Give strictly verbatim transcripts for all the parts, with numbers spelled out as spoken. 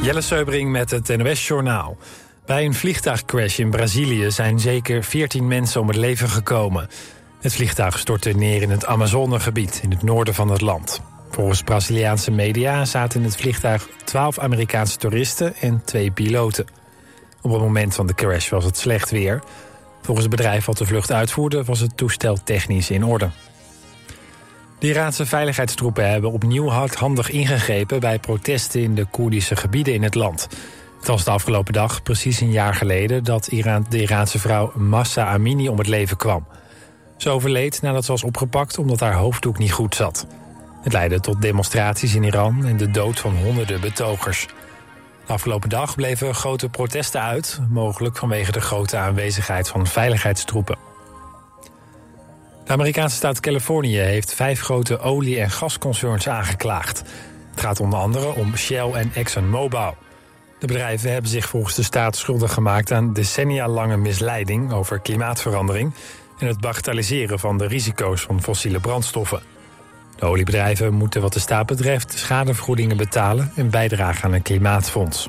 Jelle Seubring met het N O S-journaal. Bij een vliegtuigcrash in Brazilië zijn zeker veertien mensen om het leven gekomen. Het vliegtuig stortte neer in het Amazonegebied in het noorden van het land. Volgens Braziliaanse media zaten in het vliegtuig twaalf Amerikaanse toeristen en twee piloten. Op het moment van de crash was het slecht weer. Volgens het bedrijf dat de vlucht uitvoerde was het toestel technisch in orde. De Iraanse veiligheidstroepen hebben opnieuw hardhandig ingegrepen bij protesten in de Koerdische gebieden in het land. Het was de afgelopen dag precies een jaar geleden dat Iran, de Iraanse vrouw Mahsa Amini om het leven kwam. Ze overleed nadat ze was opgepakt omdat haar hoofddoek niet goed zat. Het leidde tot demonstraties in Iran en de dood van honderden betogers. De afgelopen dag bleven grote protesten uit, mogelijk vanwege de grote aanwezigheid van veiligheidstroepen. De Amerikaanse staat Californië heeft vijf grote olie- en gasconcerns aangeklaagd. Het gaat onder andere om Shell en ExxonMobil. De bedrijven hebben zich volgens de staat schuldig gemaakt aan decennia-lange misleiding over klimaatverandering en het bagatelliseren van de risico's van fossiele brandstoffen. De oliebedrijven moeten wat de staat betreft schadevergoedingen betalen en bijdragen aan een klimaatfonds.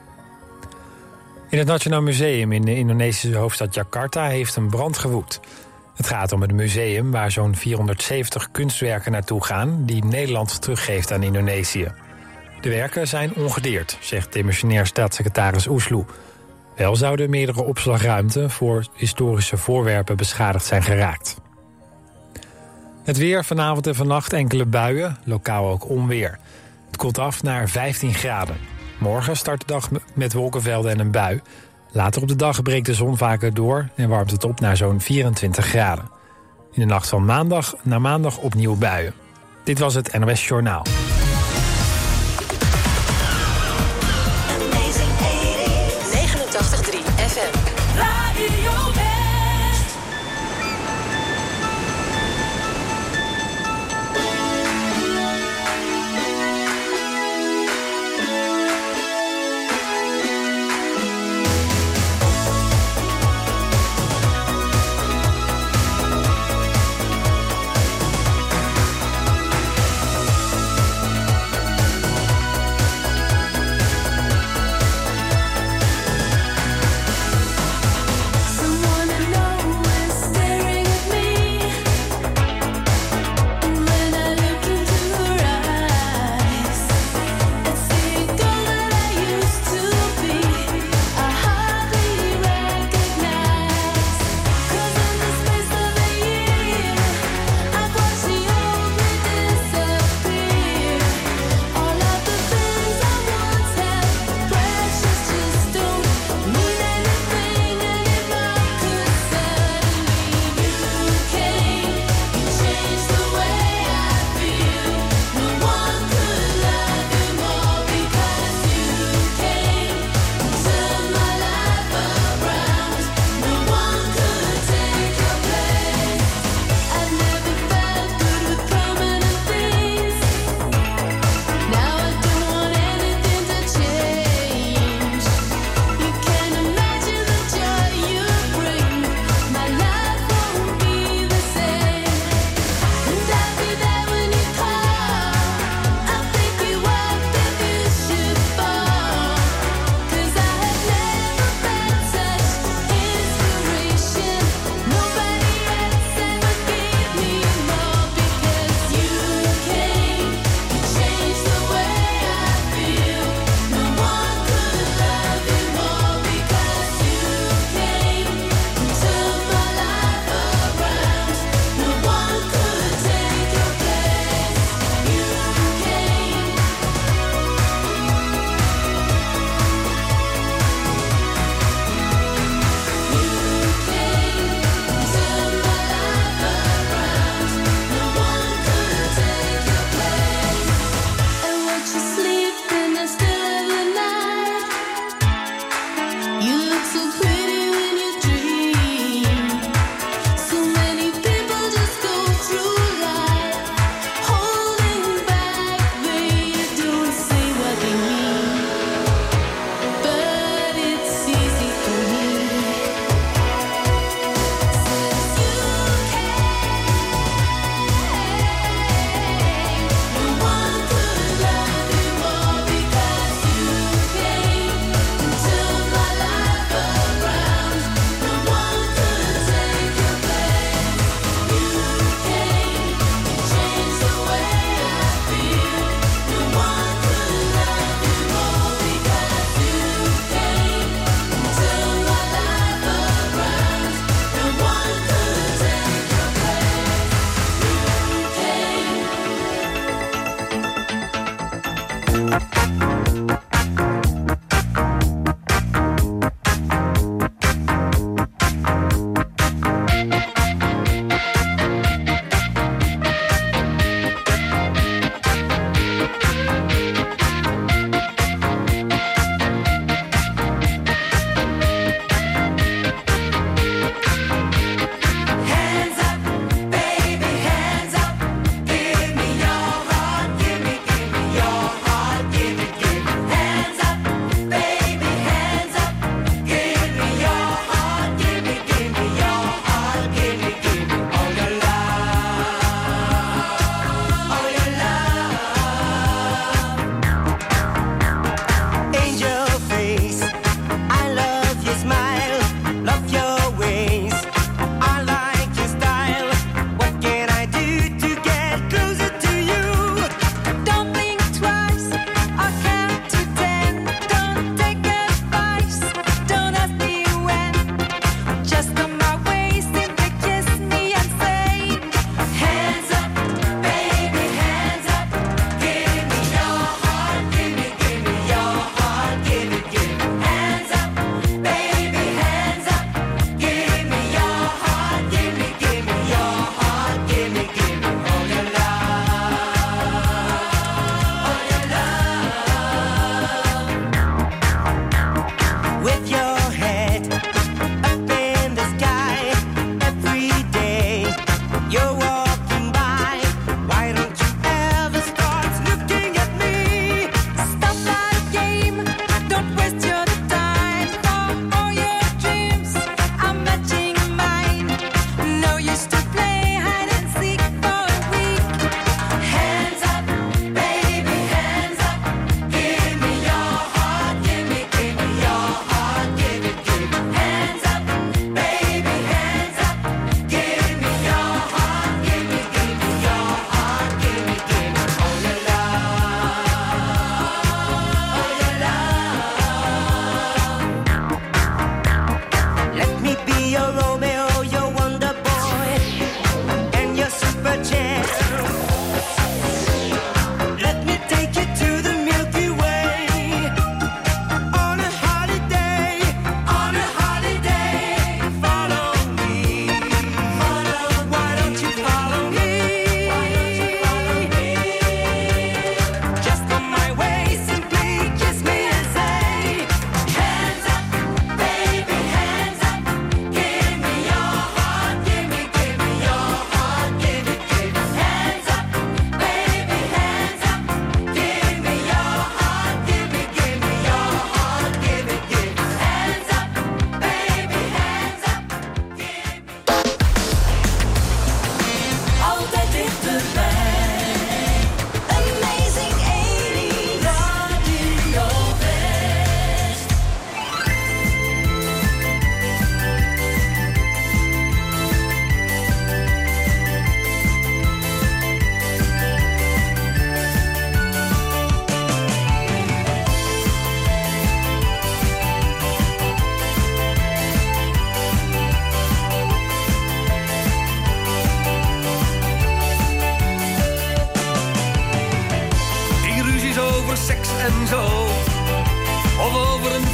In het Nationaal Museum in de Indonesische hoofdstad Jakarta heeft een brand gewoed. Het gaat om het museum waar zo'n vierhonderdzeventig kunstwerken naartoe gaan die Nederland teruggeeft aan Indonesië. De werken zijn ongedeerd, zegt demissionair staatssecretaris Oesloe. Wel zouden meerdere opslagruimten voor historische voorwerpen beschadigd zijn geraakt. Het weer, vanavond en vannacht enkele buien, lokaal ook onweer. Het koelt af naar vijftien graden. Morgen start de dag met wolkenvelden en een bui. Later op de dag breekt de zon vaker door en warmt het op naar zo'n vierentwintig graden. In de nacht van maandag naar maandag opnieuw buien. Dit was het N O S Journaal. negenentachtig komma drie F M. Radio West.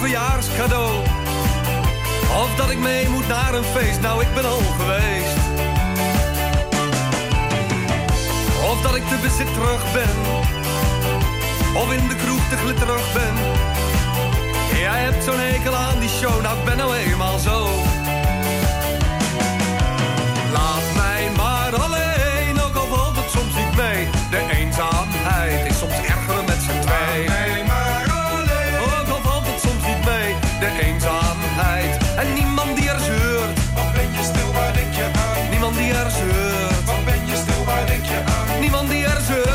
verjaarscadeau. Of dat ik mee moet naar een feest, nou ik ben al geweest. Of dat ik te bezit terug ben, of in de kroeg te glitterig ben. Jij hebt zo'n hekel aan die show, nou ik ben nou eenmaal zo. Laat mij maar alleen, ook al valt het soms niet mee. De eenzaamheid is soms erger met z'n twee. Laat mij maar alleen, ook al valt het soms niet mee. De eenzaamheid en niemand die er zeurt. Wat ben je stil, waar denk je aan? Niemand die er zeurt. Wat ben je stil, waar denk je aan? Niemand die er zeurt.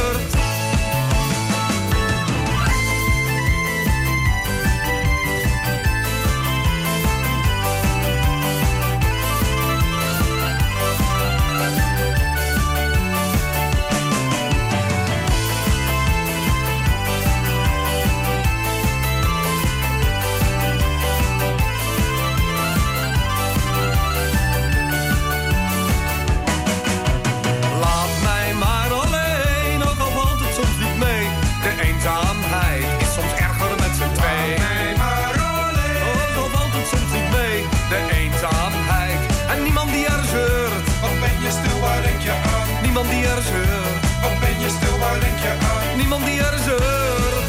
Niemand die er zeurt. Wat ben je stil, waar denk je aan? Niemand die er zeurt.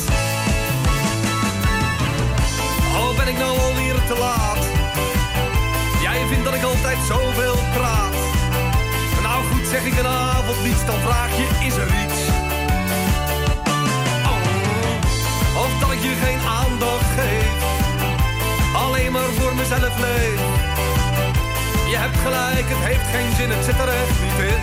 Oh, ben ik nou alweer te laat? Jij vindt dat ik altijd zoveel praat. Nou goed, zeg ik een avond niets, dan vraag je, is er iets? Oh, of dat ik je geen aandacht geef, alleen maar voor mezelf leef. Je hebt gelijk, het heeft geen zin, het zit er echt niet in.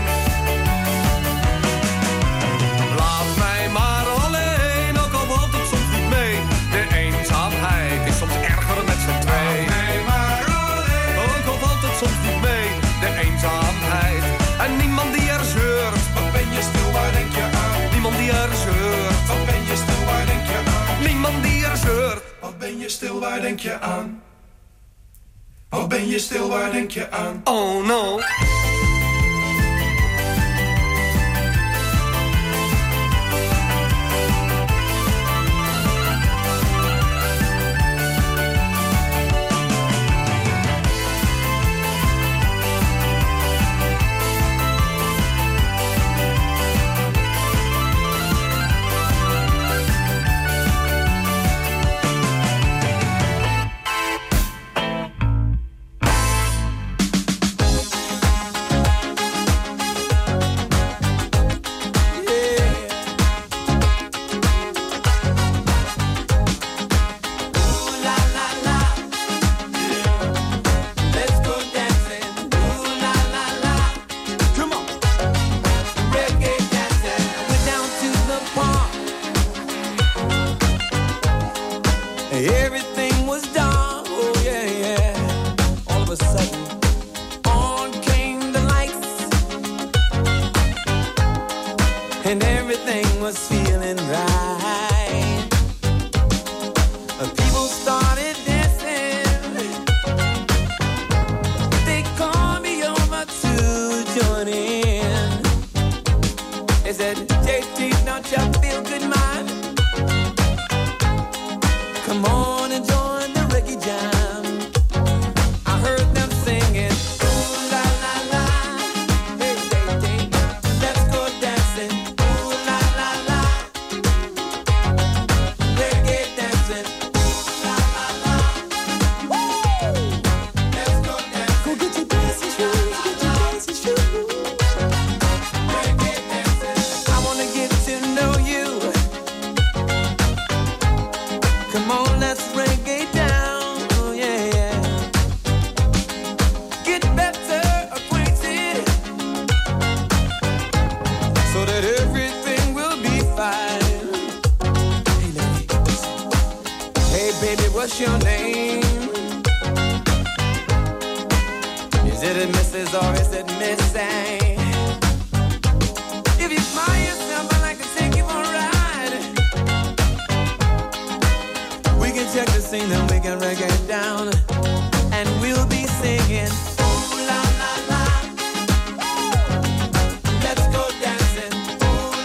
Laat mij maar alleen, ook al valt het soms niet mee. De eenzaamheid is soms erger met z'n twee. Laat mij maar alleen, ook al valt het soms niet mee. De eenzaamheid en niemand die er zeurt. wat ben je stil, waar denk je aan? Niemand die er zeurt. Wat ben je stil, waar denk je aan? Niemand die er zeurt. Wat ben je stil, waar denk je aan? Wat ben je stil, waar denk je aan? Oh no.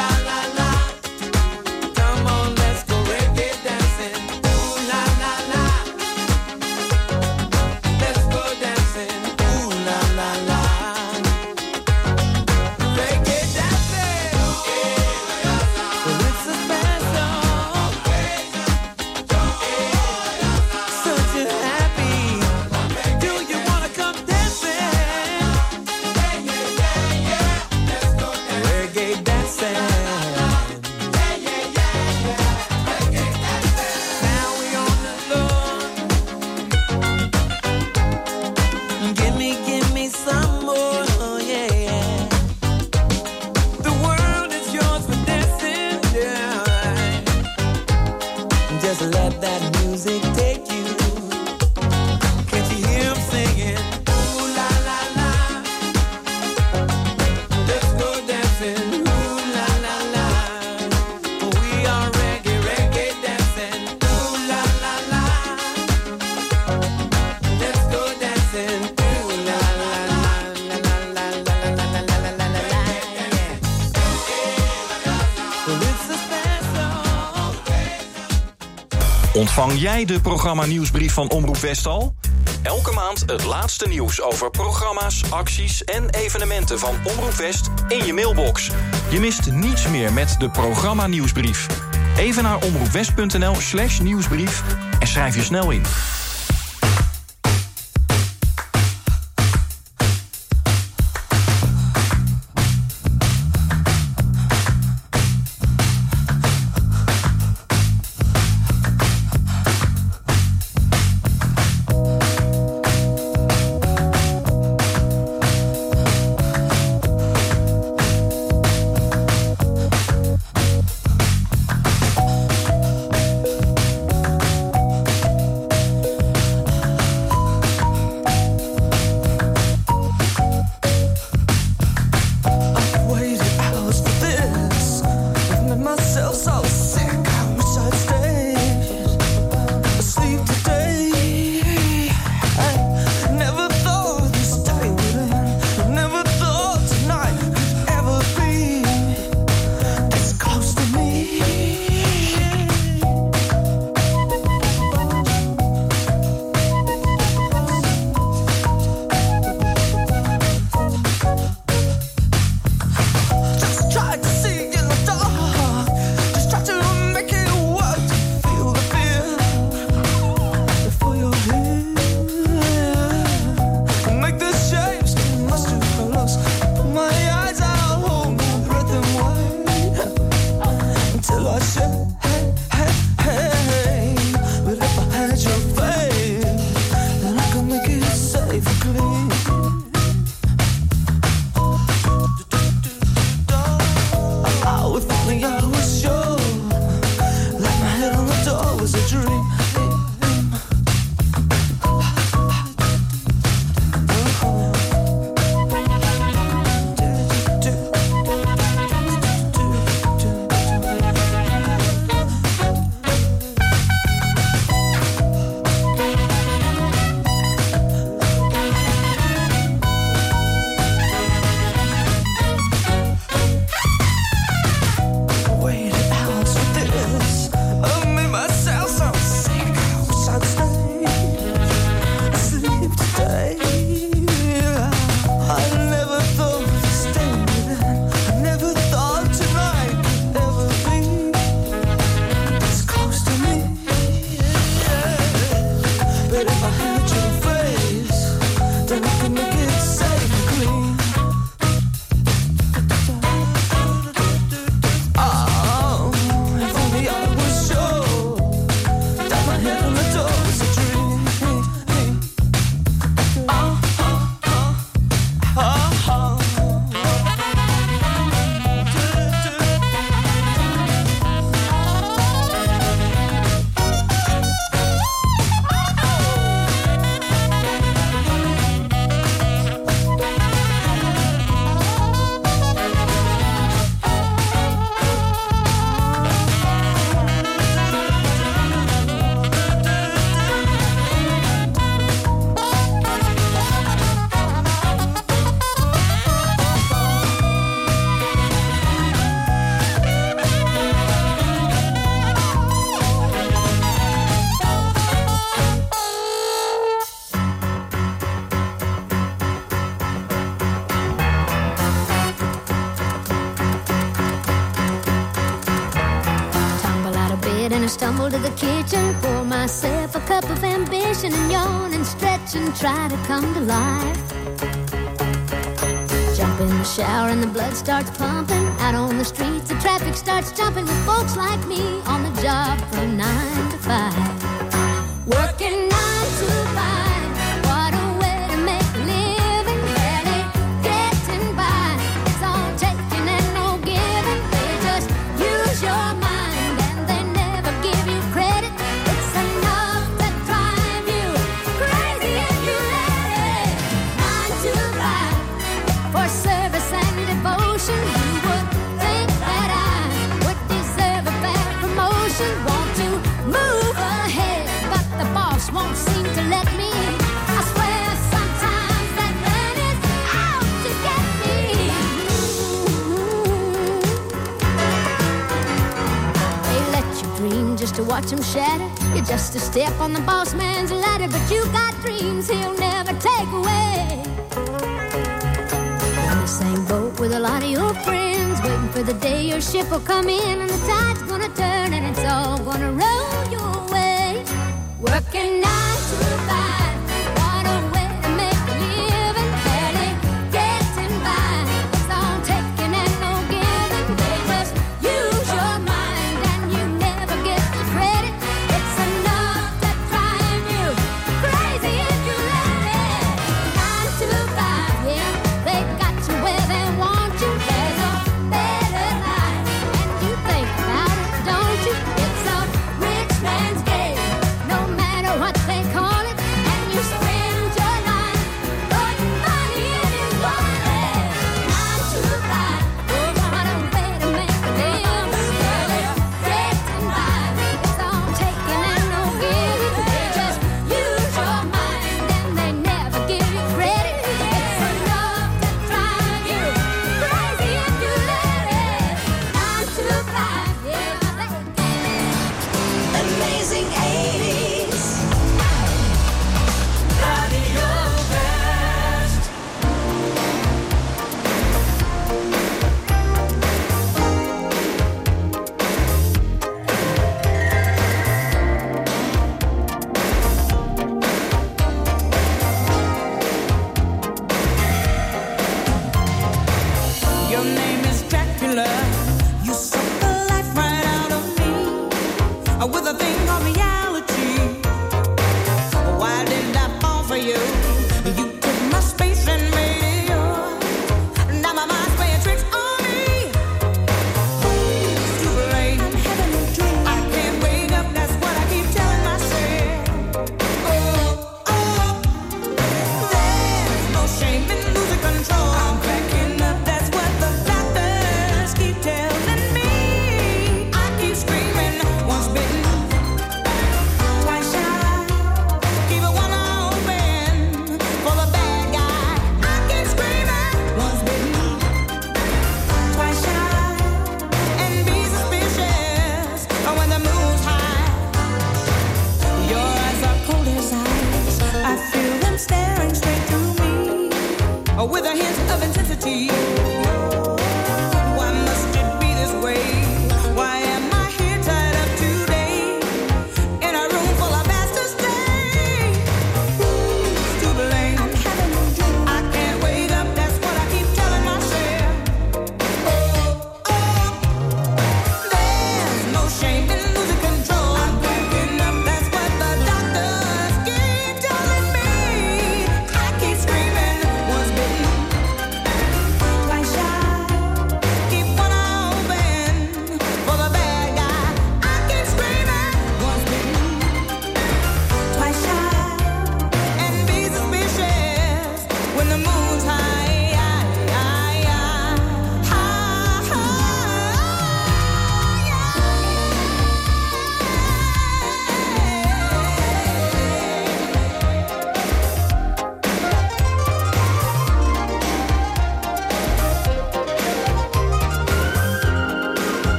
Come on, let's go reggae dancing. Ooh la la la. Ontvang jij de programma nieuwsbrief van Omroep West al? Elke maand het laatste nieuws over programma's, acties en evenementen van Omroep West in je mailbox. Je mist niets meer met de programma nieuwsbrief. Even naar omroepwest.nl slash nieuwsbrief en schrijf je snel in. Stumble to the kitchen, pour myself a cup of ambition and yawn and stretch and try to come to life. Jump in the shower and the blood starts pumping. Out on the streets, the traffic starts jumping with folks like me on the job from nine to five. Working nine to five, what a way to make a living. Barely getting by, it's all taking and no giving. They just use your mind. Want to move ahead. watch them shatter. You're just a step on the boss man's ladder, but you got dreams he'll never take away. On the same boat with a lot of your friends, waiting for the day your ship will come in and the tide's gonna turn and it's all gonna roll your way. Working nine to five, what a way to make a living, barely getting by. It's all taking and no giving. They just use your mind and you never get the credit. It's enough to drive you crazy if you let it. Nine to five, yeah, they've got you where they want you. There's a better life, and you think about it, don't you? It's a rich man's game, no matter what they call it. And you spend your life putting money in his wallet. Nine to five, oh, what a way to make a living. Barely getting by. It's all taking and no giving. They just use your mind and they never give you credit. It's enough to drive you crazy if you let it. Nine to five, yeah, they Amazing eighties. Radio West. Your name is Dracula. You suck the life right out of me uh, with a thing called reality. Why did I fall for you? You took my space and made it yours. Now my mind's playing tricks on me. Who's to blame? I can't wake up, that's what I keep telling myself. Oh, oh, there's no shame in losing control. I'm cracking up, that's what the doctors keep telling me. I keep screaming, once bitten, twice shy. Keep it one eye open for the bad guy. I keep screaming, once bitten, twice shy. And be suspicious when the moon's high. Your eyes are cold as ice. I feel them staring straight through me uh, with a hint of intensity. Why must it be this way? Why am I here tied up today in a room full of bastards? Stay. Who's to blame? I can't wake up, that's what I keep telling myself. Oh, oh, there's no shame in losing control. I'm cracking up, that's what the doctors keep telling me. I keep screaming, once bitten, twice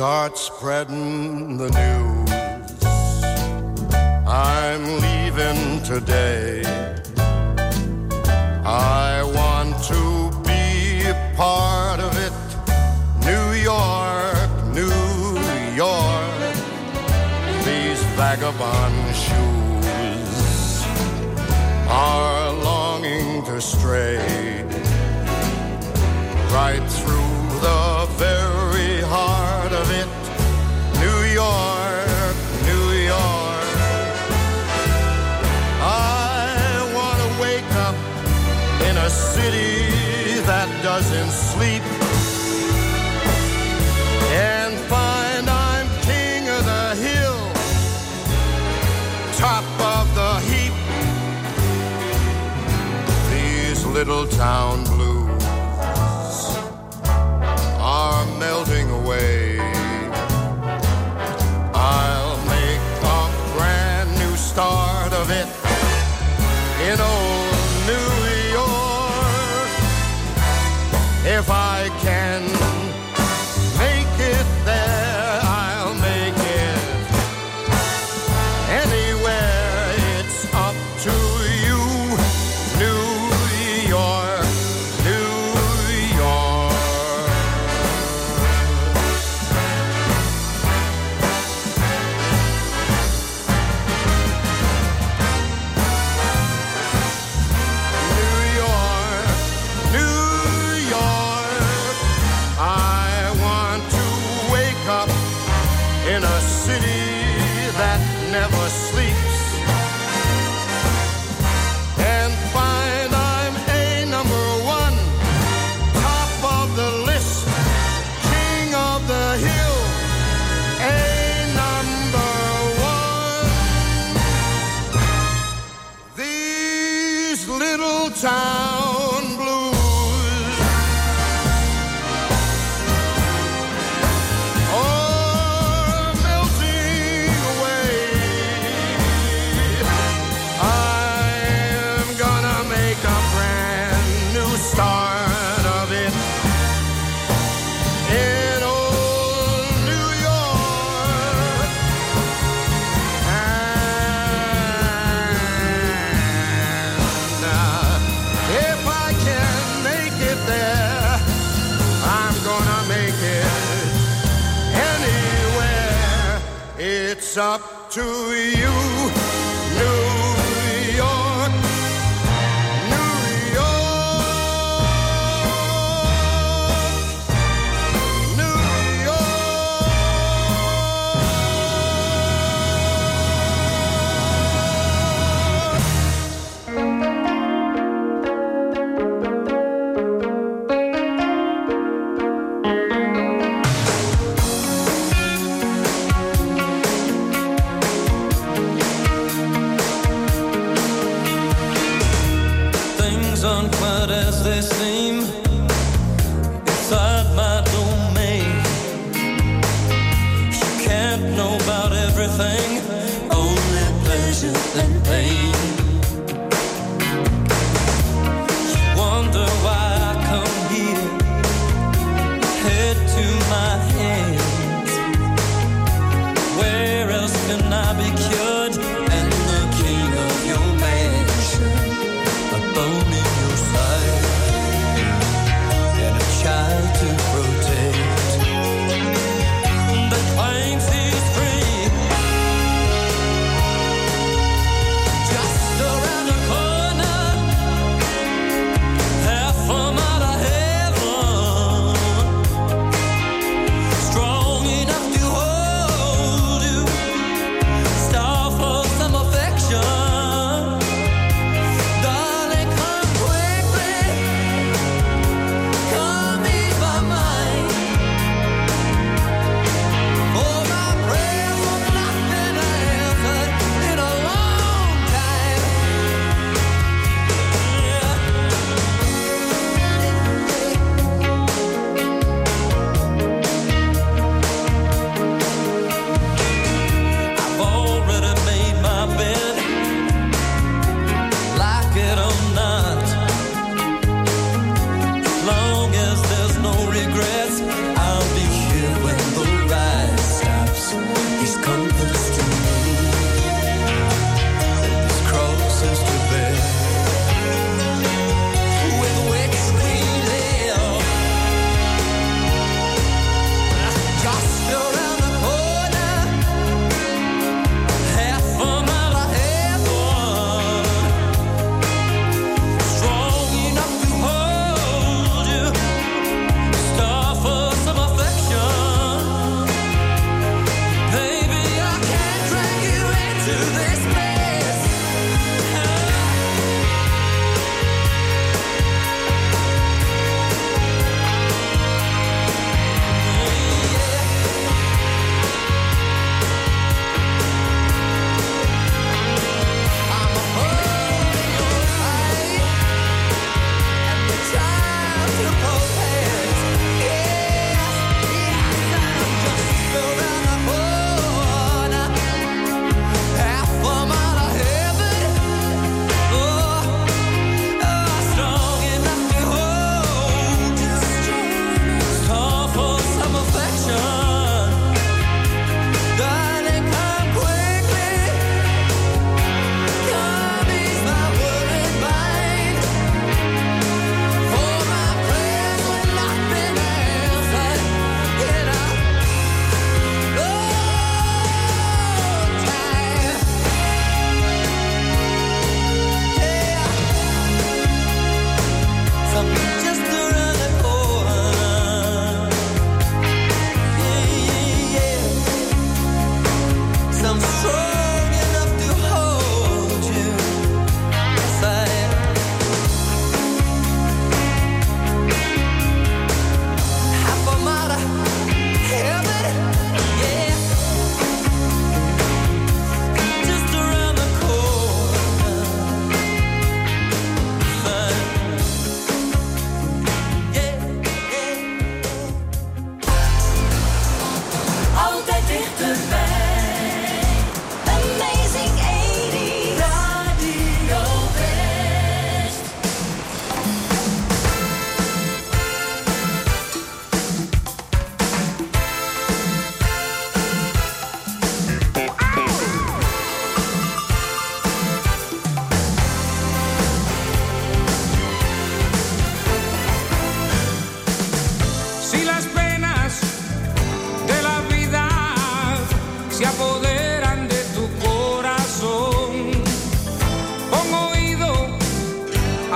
start spreading the news. I'm leaving today. I want to be a part of it. New York, New York, these vagabond shoes are longing to stray right through the very heart of it. New York, New York, I want to wake up in a city that doesn't sleep and find I'm king of the hill, top of the heap. These little town blues are melting away. I'll make a brand new start of it in old New York. If I can make it there, I'll make it anywhere. It's up to you, New York, New York. New York, New York, I want to wake up in a city that never sleeps and find I'm a number one, top of the list, king of the hill, a number one. These little town blues are melting away. I'm gonna make a brand new start of it in old New York. And uh, if I can make it there, I'm gonna make it anywhere. It's up to you, New York, New York, New York. Things aren't quite as they seem inside my domain. She can't know about everything, only pleasure and pain. She wonder why I come here, head to my hands. Where else can I be cured? And the king of your mansion, a bone in your side, and a child to protect that claims he's free. Just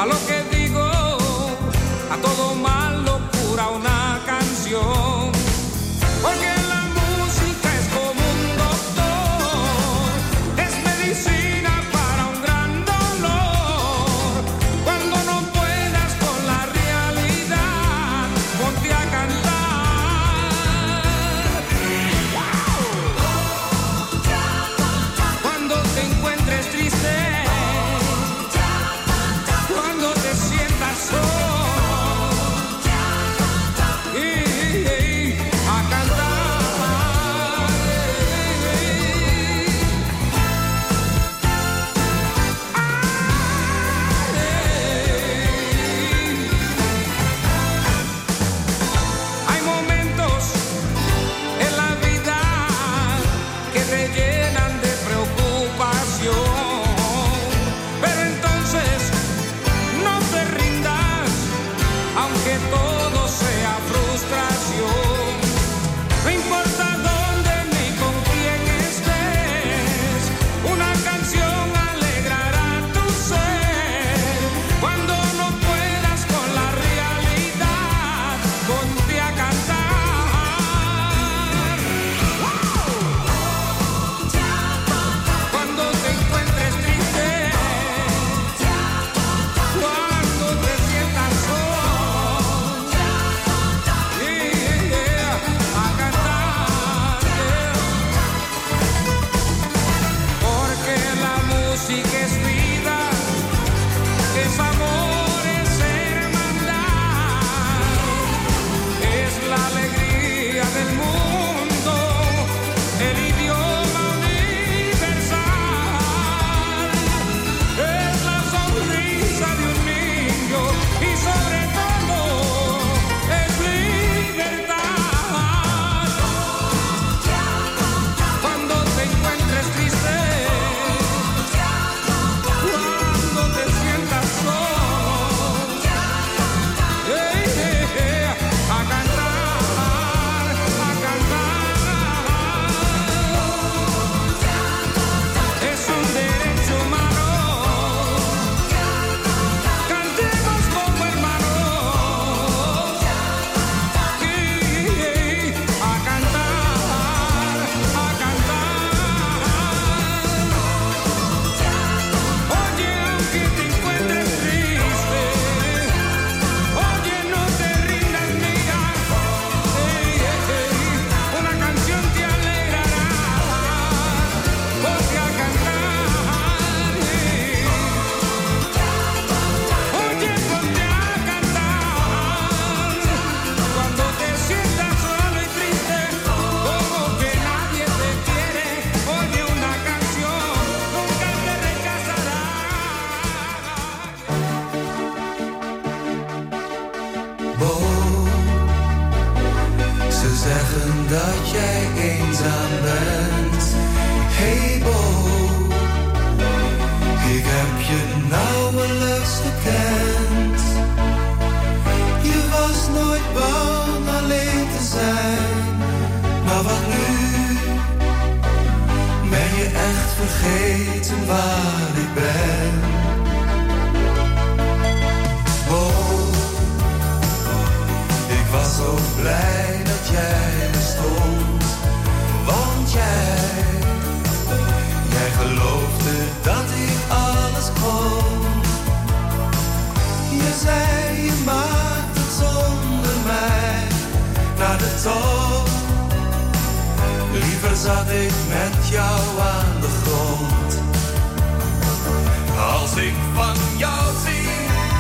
lo que digo, a todo mal locura una canción. Porque la música es como un doctor, es medicina para un gran dolor. Cuando no puedas con la realidad, ponte a cantar. Cuando te encuentres triste, cuando te sientas solo, y, y, a cantar. Hay momentos en la vida que te llenan de preocupación, pero entonces no te rindas, aunque todo sea frustración. No importa dónde ni con quién estés, una canción alegrará tu ser. Cuando no puedas con la realidad, ponte a cantar. Cuando te encuentres triste, cuando te sientas solo, yeah, yeah, a cantar, yeah. Porque la música es vida, es amor, es hermandad, es la alegría del mundo, el idioma universal, es la sonrisa de un niño y sobre todo es libertad. Cuando te encuentres triste, cuando te sientas solo, yeah, yeah, yeah, a cantar, a cantar. Es un derecho humano, cantemos como hermanos, yeah, a cantar, a cantar. Oye, aunque te encuentres triste, oye, no te rindas, mira, ey, ey, ey, una canción te alegrará, ponte a cantar, ey. Oye, ponte a cantar, cuando te sientas solo y triste, como que nadie te quiere, oye, una canción nunca te rechazará. Bo, ze zeggen dat jij eenzaam bent. Hey Bo, ik heb je nauwelijks gekend. Je was nooit bang alleen te zijn. Maar wat nu? Ben je echt vergeten waar ik ben? Bo, ik was zo blij dat jij bestond, want jij, jij geloofde dat ik alles kon. Je zei je maakt het zonder mij naar de top. Liever zat ik met jou aan de grond. Als ik van jou zie,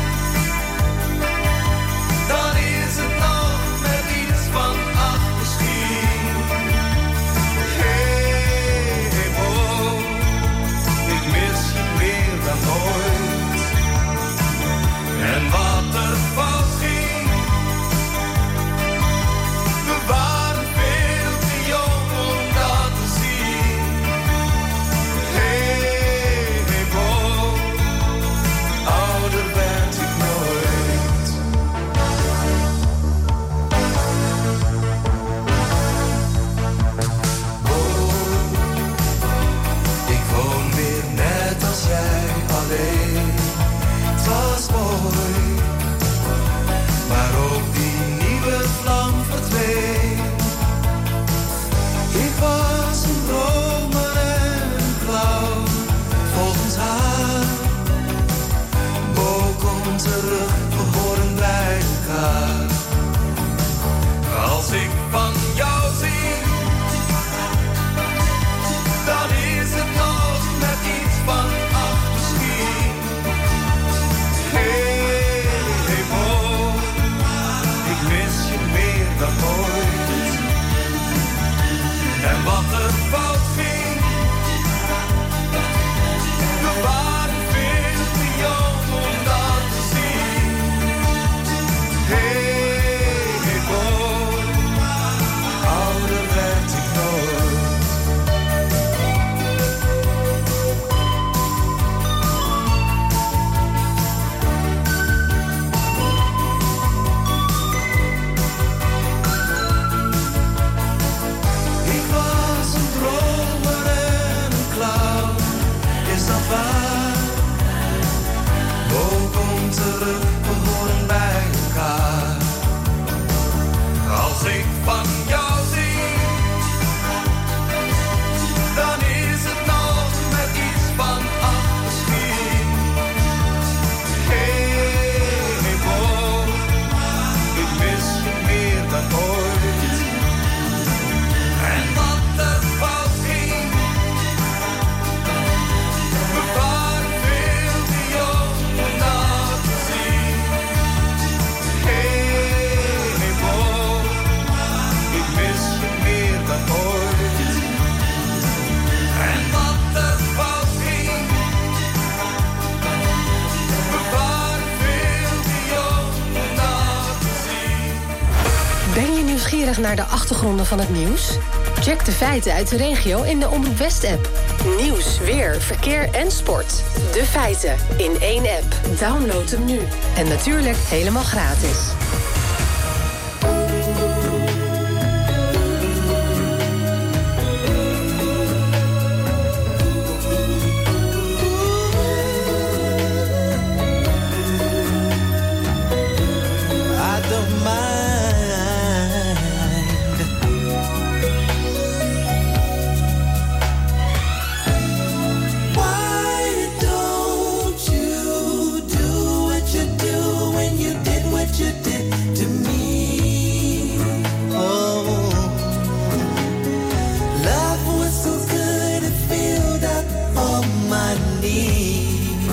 dan is het nog met iets van ach misschien. Hey, hey, Bo, ik mis je meer dan ooit. En wat er fout ging, we waren veel te jong om dat te zien. Hey, hey, Bo, was mooi, maar ook die nieuwe vlam verdween. Ik was een dromer en een clown, volgens haar. Bo, kom terug, we horen bij elkaar. Als ik van jou zie, dan is het nog met iets van ach misschien. Hey, hey Bo, ik mis je meer dan ooit. En wat er fout ging, we waren veel te jong om dat te zien. Hey, hey Bo, ouder werd ik nooit. Ik was een dromer en een clown, is dat waar? Bo, kom terug, we horen bij elkaar. Als ik van jou zie, dan is het nog met iets van ach misschien. Hey, hey Bo, ik mis je meer dan ooit. En wat er fout ging, we waren veel te jong om dat te zien. Hey, hey Bo, ik mis je meer dan ooit. En wat er fout ging, we waren veel te jong om dat te zien. Ben je nieuwsgierig naar de achtergronden van het nieuws? Check de feiten uit de regio in de Omroep West-app. Nieuws, weer, verkeer en sport. De feiten in één app. Download hem nu. En natuurlijk helemaal gratis. I don't mind. Why don't you do what you do when you did what you did to me? Oh, love was so good it filled up all my needs.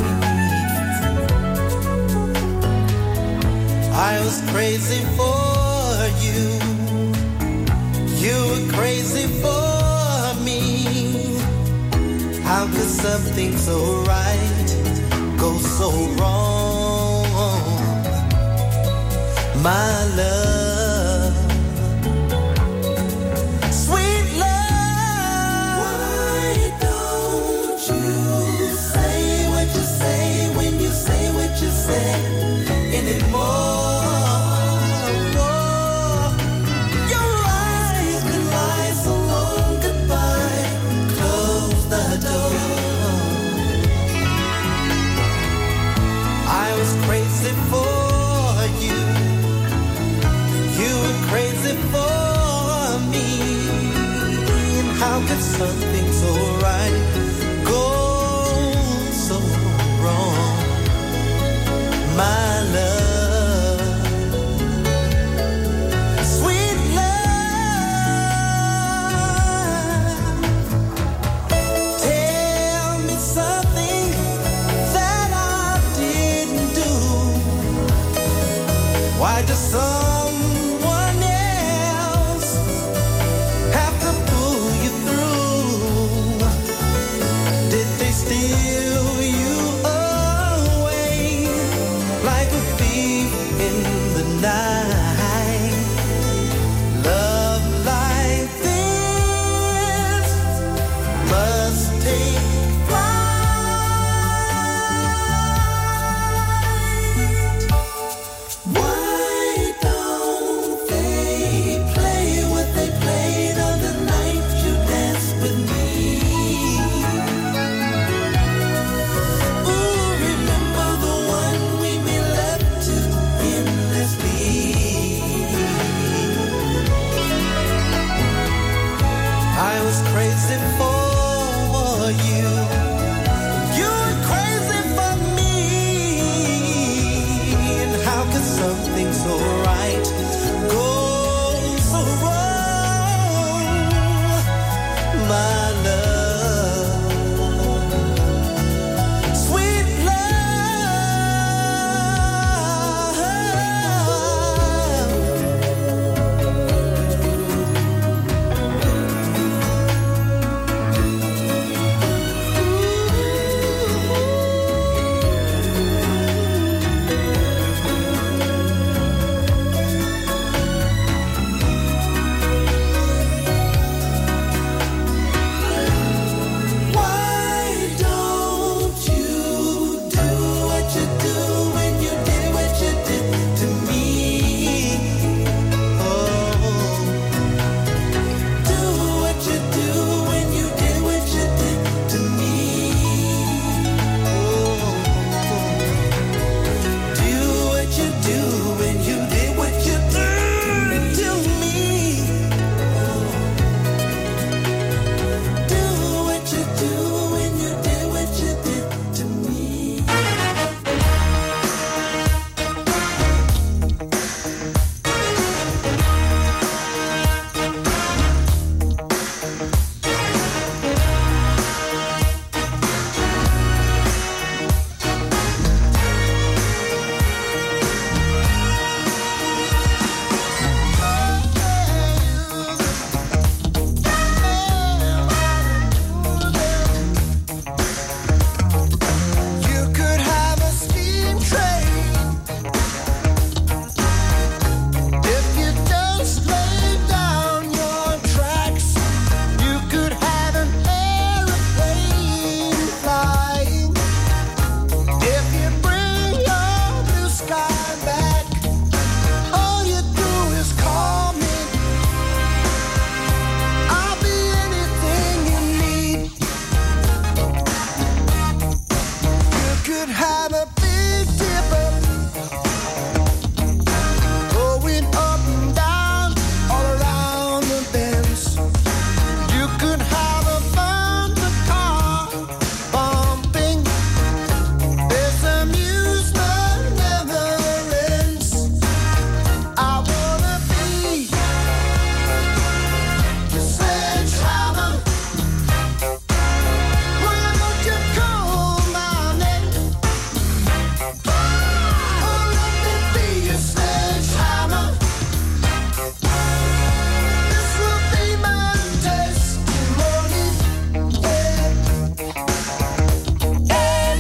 I was crazy for you. You were crazy for me. How could something so right go so wrong? My love, sweet love. Why don't you say what you say when you say what you say anymore? Your eyes can lie so long goodbye. Close the door. I was crazy for you. You were crazy for me. And how could something so right go so wrong? My love, sweet love. Tell me something that I didn't do. Why does someone else have to pull you through? Did they steal you away like a thief in the night? Love like this must take flight. Why don't have a big dipper going up and down all around the bends. You could have a bumper car bumping. This amusement never ends. I wanna be your sledgehammer. Why don't you call my name? Oh, let me be your sledgehammer. This will be my testimony. Yeah. Yeah.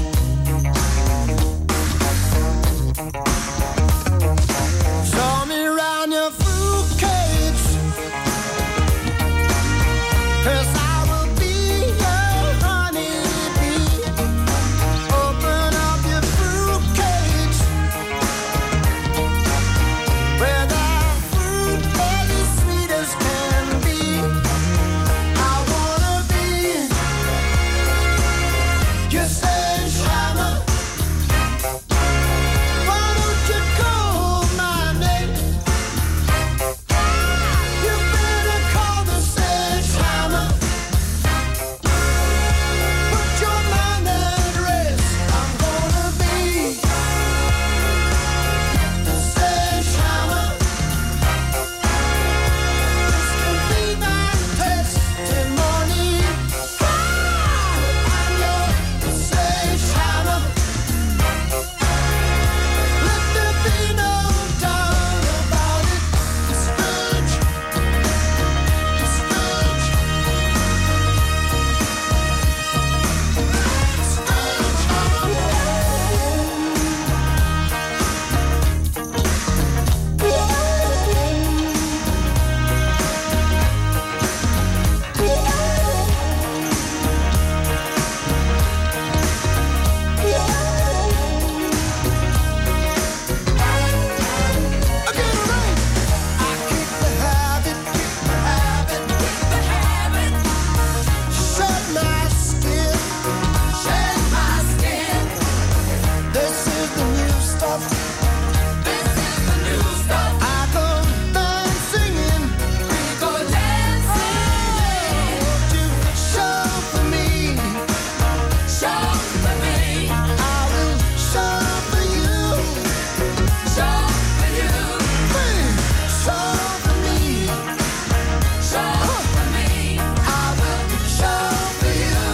Show me round your fruitcakes, 'cause I will be your honeybee. Open up your fruitcakes, where the fruit is as sweet as can be. I wanna be your sledgehammer. Why don't you call my name? You better call the sledgehammer. Put your mind at rest. I'm gonna be the sledgehammer. This can be my testimony. I'm your sledgehammer. Let there be no doubt about it. Sledge, sledge,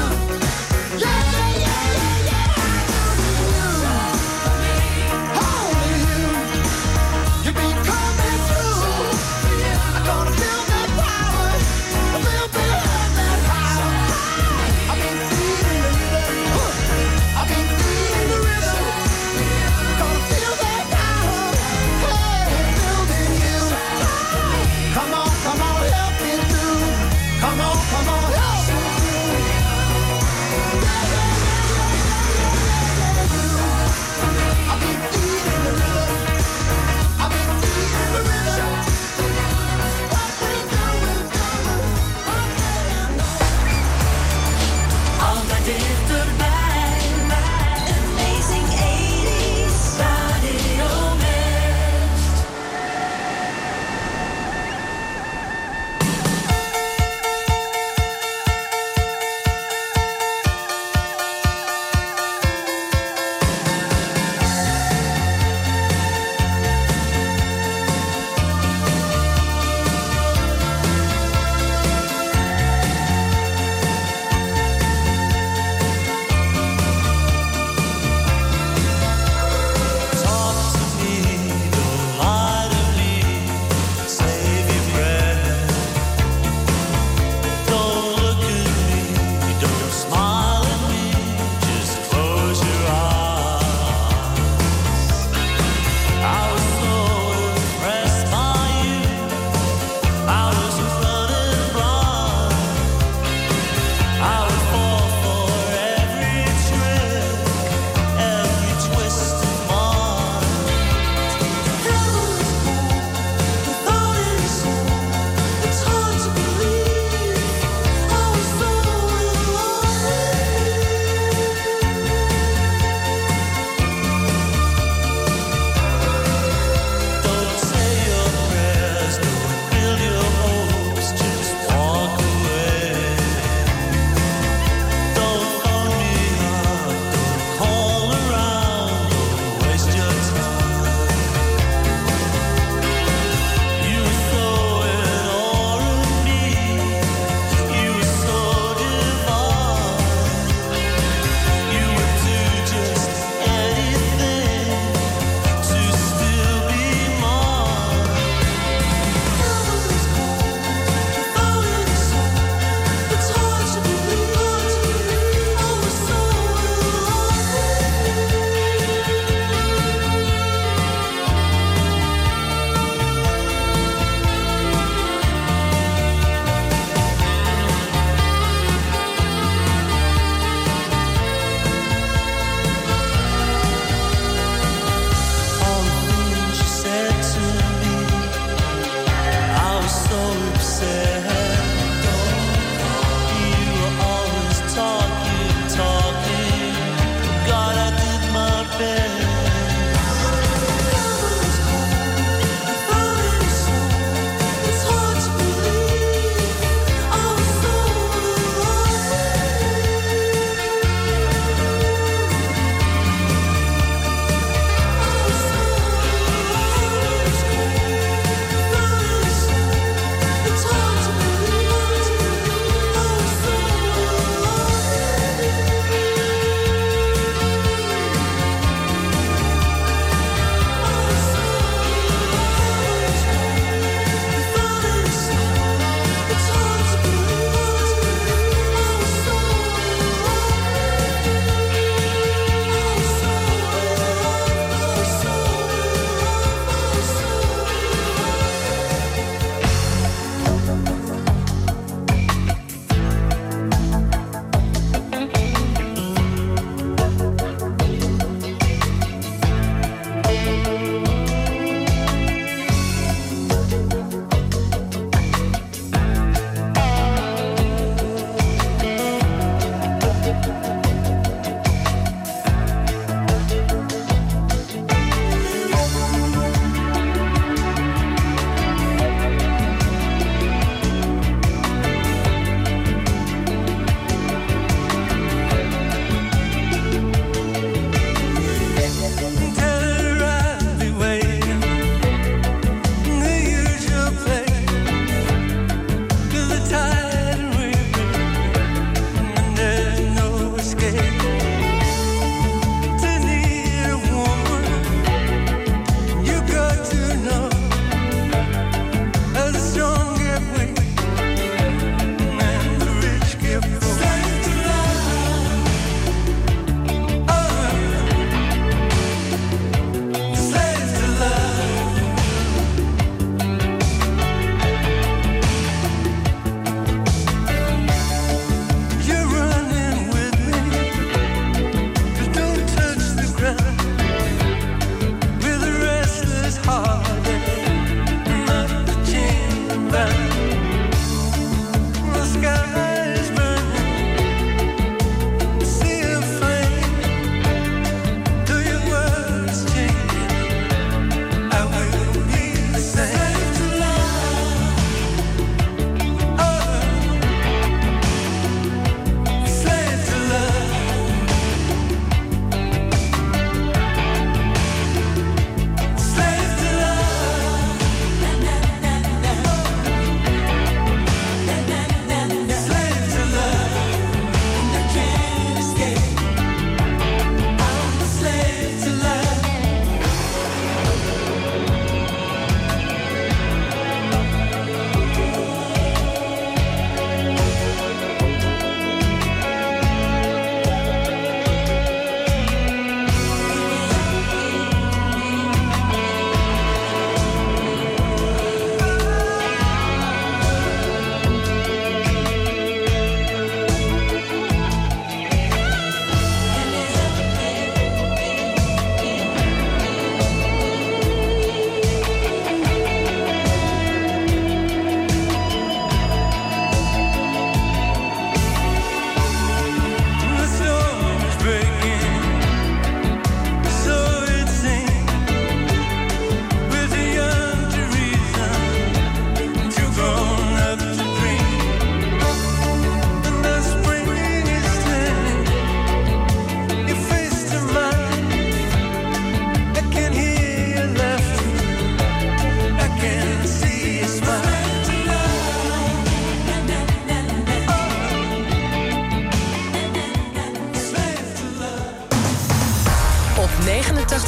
Oh!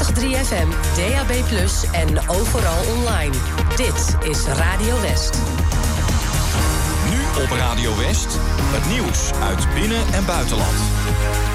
vijftig komma drie F M, D A B plus, en overal online. Dit is Radio West. Nu op Radio West, het nieuws uit binnen- en buitenland.